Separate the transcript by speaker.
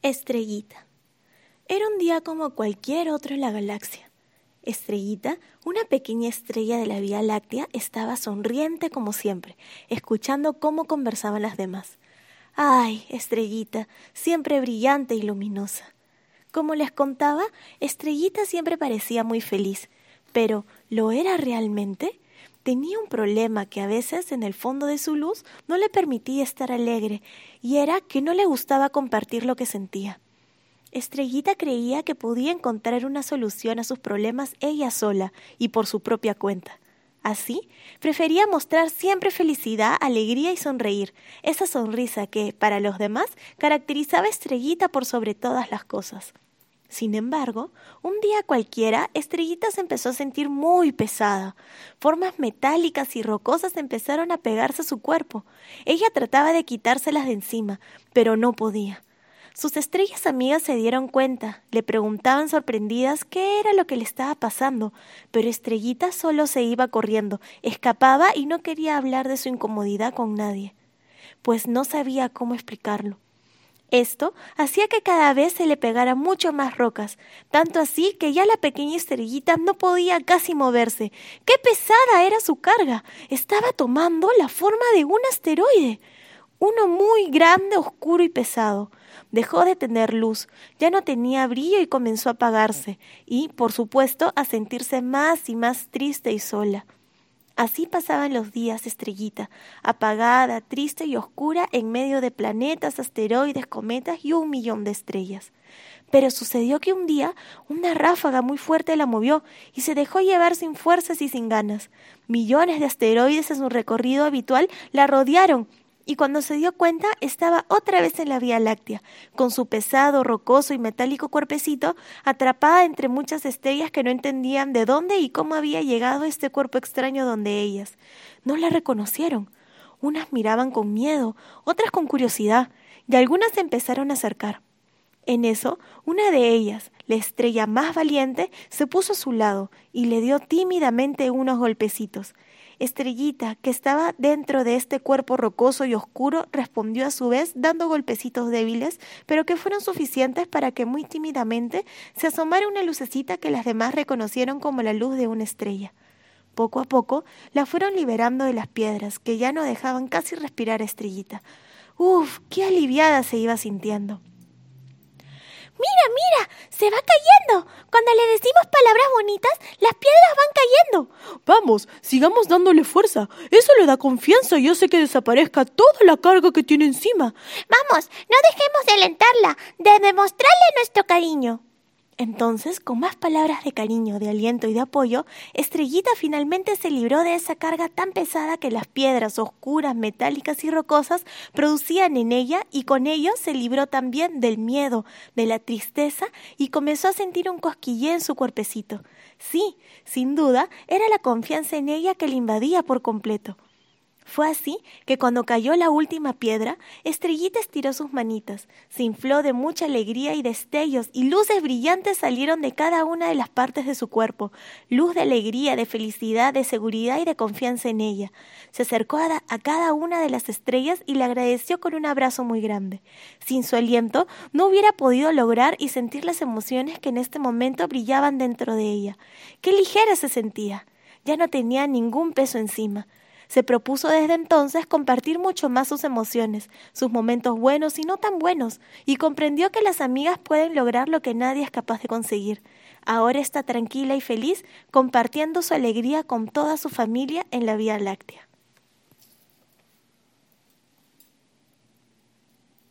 Speaker 1: Estrellita. Era un día como cualquier otro en la galaxia. Estrellita, una pequeña estrella de la Vía Láctea, estaba sonriente como siempre, escuchando cómo conversaban las demás. ¡Ay, Estrellita! Siempre brillante y luminosa. Como les contaba, Estrellita siempre parecía muy feliz, pero ¿lo era realmente? Tenía un problema que a veces en el fondo de su luz no le permitía estar alegre, y era que no le gustaba compartir lo que sentía. Estrellita creía que podía encontrar una solución a sus problemas ella sola y por su propia cuenta. Así, prefería mostrar siempre felicidad, alegría y sonreír, esa sonrisa que, para los demás, caracterizaba a Estrellita por sobre todas las cosas. Sin embargo, un día cualquiera, Estrellita se empezó a sentir muy pesada. Formas metálicas y rocosas empezaron a pegarse a su cuerpo. Ella trataba de quitárselas de encima, pero no podía. Sus estrellas amigas se dieron cuenta, le preguntaban sorprendidas qué era lo que le estaba pasando, pero Estrellita solo se iba corriendo, escapaba y no quería hablar de su incomodidad con nadie, pues no sabía cómo explicarlo. Esto hacía que cada vez se le pegaran mucho más rocas, tanto así que ya la pequeña Estrellita no podía casi moverse. ¡Qué pesada era su carga! Estaba tomando la forma de un asteroide, uno muy grande, oscuro y pesado. Dejó de tener luz, ya no tenía brillo y comenzó a apagarse, y, por supuesto, a sentirse más y más triste y sola. Así pasaban los días, Estrellita, apagada, triste y oscura en medio de planetas, asteroides, cometas y 1.000.000 de estrellas. Pero sucedió que un día una ráfaga muy fuerte la movió y se dejó llevar sin fuerzas y sin ganas. Millones de asteroides en su recorrido habitual la rodearon y cuando se dio cuenta estaba otra vez en la Vía Láctea, con su pesado, rocoso y metálico cuerpecito, atrapada entre muchas estrellas que no entendían de dónde y cómo había llegado este cuerpo extraño donde ellas. No la reconocieron. Unas miraban con miedo, otras con curiosidad, y algunas se empezaron a acercar. En eso, una de ellas, la estrella más valiente, se puso a su lado y le dio tímidamente unos golpecitos. Estrellita, que estaba dentro de este cuerpo rocoso y oscuro, respondió a su vez dando golpecitos débiles, pero que fueron suficientes para que muy tímidamente se asomara una lucecita que las demás reconocieron como la luz de una estrella. Poco a poco la fueron liberando de las piedras, que ya no dejaban casi respirar a Estrellita. ¡Uf! ¡Qué aliviada se iba sintiendo! ¡Mira! ¡Se va cayendo! Cuando le decimos palabras bonitas, las piedras van cayendo.
Speaker 2: Vamos, sigamos dándole fuerza. Eso le da confianza y hace que desaparezca toda la carga que tiene encima.
Speaker 1: Vamos, no dejemos de alentarla, de demostrarle nuestro cariño. Entonces, con más palabras de cariño, de aliento y de apoyo, Estrellita finalmente se libró de esa carga tan pesada que las piedras oscuras, metálicas y rocosas producían en ella, y con ello se libró también del miedo, de la tristeza, y comenzó a sentir un cosquilleo en su cuerpecito. Sí, sin duda, era la confianza en ella que le invadía por completo. Fue así que cuando cayó la última piedra, Estrellita estiró sus manitas, se infló de mucha alegría y destellos, y luces brillantes salieron de cada una de las partes de su cuerpo, luz de alegría, de felicidad, de seguridad y de confianza en ella. Se acercó a cada una de las estrellas y le agradeció con un abrazo muy grande. Sin su aliento, no hubiera podido lograr y sentir las emociones que en este momento brillaban dentro de ella. ¡Qué ligera se sentía! Ya no tenía ningún peso encima. Se propuso desde entonces compartir mucho más sus emociones, sus momentos buenos y no tan buenos, y comprendió que las amigas pueden lograr lo que nadie es capaz de conseguir. Ahora está tranquila y feliz, compartiendo su alegría con toda su familia en la Vía Láctea.